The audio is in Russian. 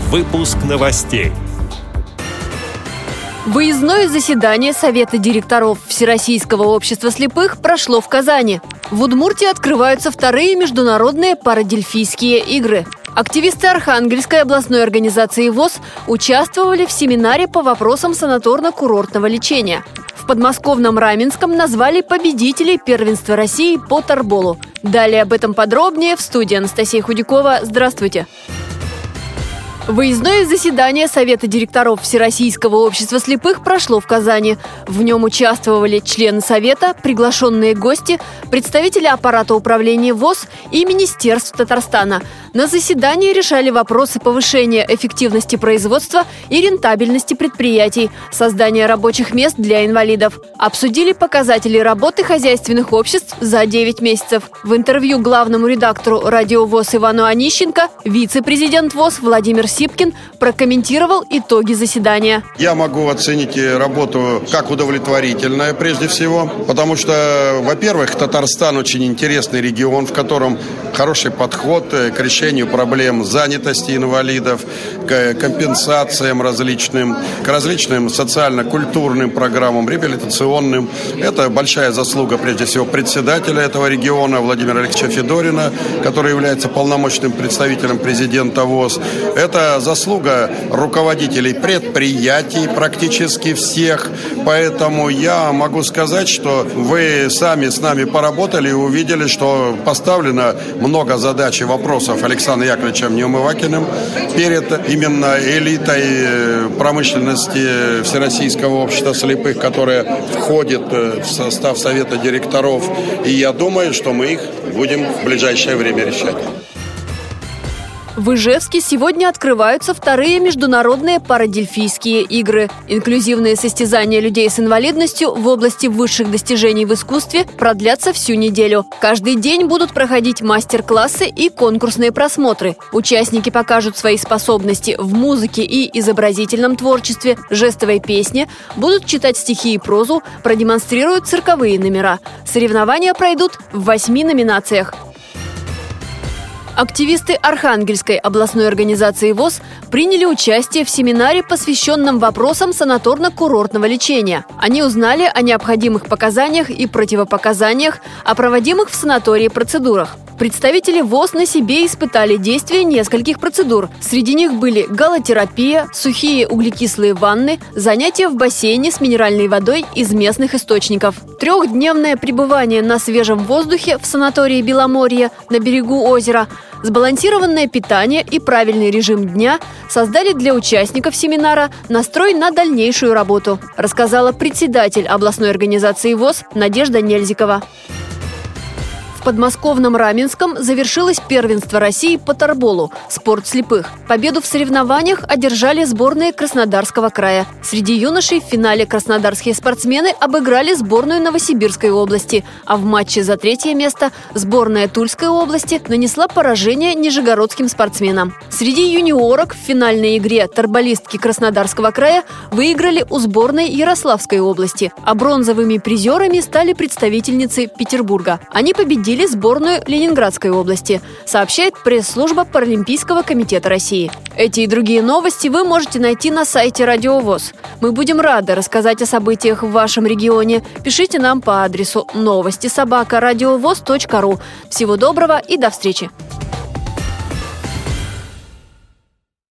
Выпуск новостей. Выездное заседание Совета директоров Всероссийского общества слепых прошло в Казани. В Удмуртии открываются вторые международные парадельфийские игры. Активисты Архангельской областной организации ВОС участвовали в семинаре по вопросам санаторно-курортного лечения. В подмосковном Раменском назвали победителей первенства России по торболу. Далее об этом подробнее в студии Анастасия Худякова. Здравствуйте! Выездное заседание Совета директоров Всероссийского общества слепых прошло в Казани. В нем участвовали члены Совета, приглашенные гости, представители аппарата управления ВОС и министерств Татарстана. На заседании решали вопросы повышения эффективности производства и рентабельности предприятий, создания рабочих мест для инвалидов. Обсудили показатели работы хозяйственных обществ за 9 месяцев. В интервью главному редактору радио ВОС Ивану Онищенко вице-президент ВОС Владимир Сипкин прокомментировал итоги заседания. Я могу оценить работу как удовлетворительную прежде всего, потому что, во-первых, Татарстан очень интересный регион, в котором хороший подход к решению проблем занятости инвалидов, к компенсациям различным, к различным социально-культурным программам, реабилитационным. Это большая заслуга, прежде всего, председателя этого региона Владимира Алексеевича Федорина, который является полномочным представителем президента ВОС. Это заслуга руководителей предприятий практически всех. Поэтому я могу сказать, что вы сами с нами поработали и увидели, что поставлено много задач и вопросов Александром Яковлевичем Неумывакиным перед именно элитой промышленности Всероссийского общества слепых, которая входит в состав Совета директоров. И я думаю, что мы их будем в ближайшее время решать. В Ижевске сегодня открываются вторые международные парадельфийские игры. Инклюзивные состязания людей с инвалидностью в области высших достижений в искусстве продлятся всю неделю. Каждый день будут проходить мастер-классы и конкурсные просмотры. Участники покажут свои способности в музыке и изобразительном творчестве, жестовой песне, будут читать стихи и прозу, продемонстрируют цирковые номера. Соревнования пройдут в 8 номинациях. Активисты Архангельской областной организации ВОС приняли участие в семинаре, посвященном вопросам санаторно-курортного лечения. Они узнали о необходимых показаниях и противопоказаниях, о проводимых в санатории процедурах. Представители ВОС на себе испытали действие нескольких процедур. Среди них были галотерапия, сухие углекислые ванны, занятия в бассейне с минеральной водой из местных источников. 3-дневное пребывание на свежем воздухе в санатории Беломорье на берегу озера, сбалансированное питание и правильный режим дня создали для участников семинара настрой на дальнейшую работу, рассказала председатель областной организации ВОС Надежда Нельзикова. В подмосковном Раменском завершилось первенство России по торболу «Спорт слепых». Победу в соревнованиях одержали сборные Краснодарского края. Среди юношей в финале краснодарские спортсмены обыграли сборную Новосибирской области, а в матче за 3-е место сборная Тульской области нанесла поражение нижегородским спортсменам. Среди юниорок в финальной игре торболистки Краснодарского края выиграли у сборной Ярославской области, а бронзовыми призерами стали представительницы Петербурга. Они победили сборную Ленинградской области, сообщает пресс-служба Паралимпийского комитета России. Эти и другие новости вы можете найти на сайте Радио ВОС. Мы будем рады рассказать о событиях в вашем регионе. Пишите нам по адресу новости@радиовос.ру. Всего доброго и до встречи!